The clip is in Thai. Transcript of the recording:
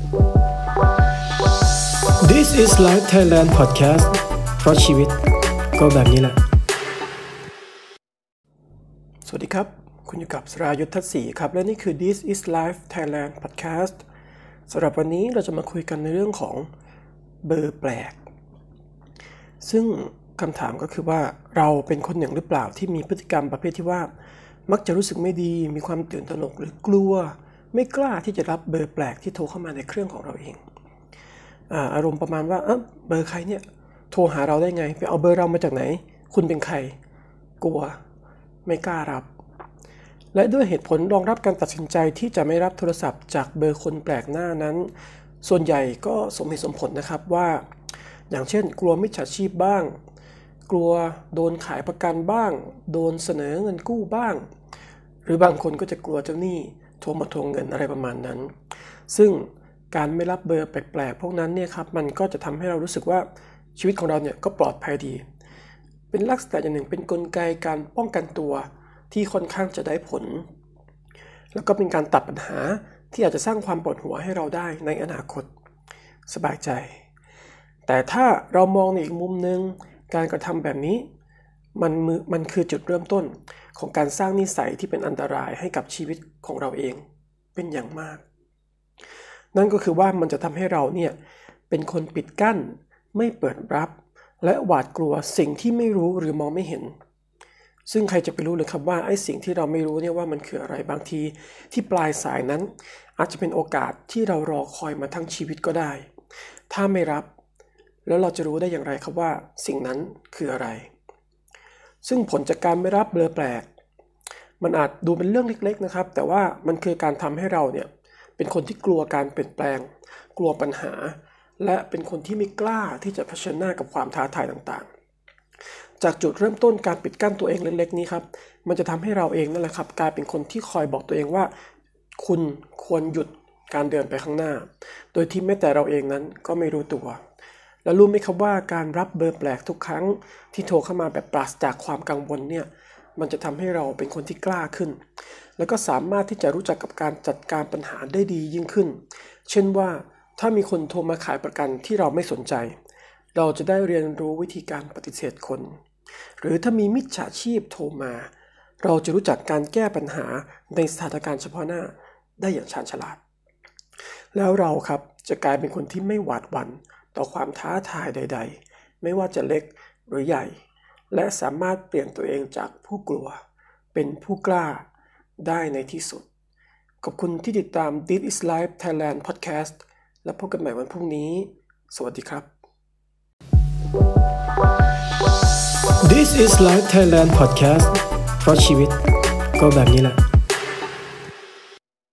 This is Life Thailand Podcast เพราะชีวิตก็แบบนี้แหละสวัสดีครับคุณอยู่กับสรายุทธศรีครับและนี่คือ This is Life Thailand Podcast สำหรับวันนี้เราจะมาคุยกันในเรื่องของเบอร์แปลกซึ่งคำถามก็คือว่าเราเป็นคนหนึ่งหรือเปล่าที่มีพฤติกรรมประเภทที่ว่ามักจะรู้สึกไม่ดีมีความตื่นตระหนกหรือกลัวไม่กล้าที่จะรับเบอร์แปลกที่โทรเข้ามาในเครื่องของเราเองอารมณ์ประมาณว่าเบอร์ใครเนี่ยโทรหาเราได้ไงไปเอาเบอร์เรามาจากไหนคุณเป็นใครกลัวไม่กล้ารับและด้วยเหตุผลรองรับการตัดสินใจที่จะไม่รับโทรศัพท์จากเบอร์คนแปลกหน้านั้นส่วนใหญ่ก็สมเหตุสมผลนะครับว่าอย่างเช่นกลัวมิจฉาชีพบ้างกลัวโดนขายประกันบ้างโดนเสนอเงินกู้บ้างหรือบางคนก็จะกลัวเจ้าหนี้โทรมาทวงเงินอะไรประมาณนั้นซึ่งการไม่รับเบอร์แปลกๆพวกนั้นเนี่ยครับมันก็จะทำให้เรารู้สึกว่าชีวิตของเราเนี่ยก็ปลอดภัยดีเป็นลักษณะอย่างหนึ่งเป็นกลไกการป้องกันตัวที่ค่อนข้างจะได้ผลแล้วก็เป็นการตัดปัญหาที่อาจจะสร้างความปวดหัวให้เราได้ในอนาคตสบายใจแต่ถ้าเรามองในอีกมุมนึงการกระทำแบบนี้มันคือจุดเริ่มต้นของการสร้างนิสัยที่เป็นอันตรายให้กับชีวิตของเราเองเป็นอย่างมากนั่นก็คือว่ามันจะทำให้เราเนี่ยเป็นคนปิดกั้นไม่เปิดรับและหวาดกลัวสิ่งที่ไม่รู้หรือมองไม่เห็นซึ่งใครจะไปรู้เลยครับว่าไอ้สิ่งที่เราไม่รู้เนี่ยว่ามันคืออะไรบางทีที่ปลายสายนั้นอาจจะเป็นโอกาสที่เรารอคอยมาทั้งชีวิตก็ได้ถ้าไม่รับแล้วเราจะรู้ได้อย่างไรครับว่าสิ่งนั้นคืออะไรซึ่งผลจากการไม่รับเบอร์แปลกมันอาจดูเป็นเรื่องเล็กๆนะครับแต่ว่ามันคือการทำให้เราเนี่ยเป็นคนที่กลัวการเปลี่ยนแปลงกลัวปัญหาและเป็นคนที่ไม่กล้าที่จะเผชิญหน้ากับความท้าทายต่างๆจากจุดเริ่มต้นการปิดกั้นตัวเองเล็กๆนี้ครับมันจะทำให้เราเองนั่นแหละครับกลายเป็นคนที่คอยบอกตัวเองว่าคุณควรหยุดการเดินไปข้างหน้าโดยที่แม้แต่เราเองนั้นก็ไม่รู้ตัวแล้วรู้ไหมครับว่าการรับเบอร์แปลกทุกครั้งที่โทรเข้ามาแบบปราศจากความกังวลเนี่ยมันจะทำให้เราเป็นคนที่กล้าขึ้นแล้วก็สามารถที่จะรู้จักกับการจัดการปัญหาได้ดียิ่งขึ้นเช่นว่าถ้ามีคนโทรมาขายประกันที่เราไม่สนใจเราจะได้เรียนรู้วิธีการปฏิเสธคนหรือถ้ามีมิจฉาชีพโทรมาเราจะรู้จักการแก้ปัญหาในสถานการณ์เฉพาะหน้าได้อย่างชาญฉลาดแล้วเราครับจะกลายเป็นคนที่ไม่หวาดหวั่นต่อความท้าทายใดๆไม่ว่าจะเล็กหรือใหญ่และสามารถเปลี่ยนตัวเองจากผู้กลัวเป็นผู้กล้าได้ในที่สุดขอบคุณที่ติดตาม This is Life Thailand Podcast และพบกันใหม่วันพรุ่งนี้สวัสดีครับ This is Life Thailand Podcast เพราะชีวิตก็แบบนี้แหละ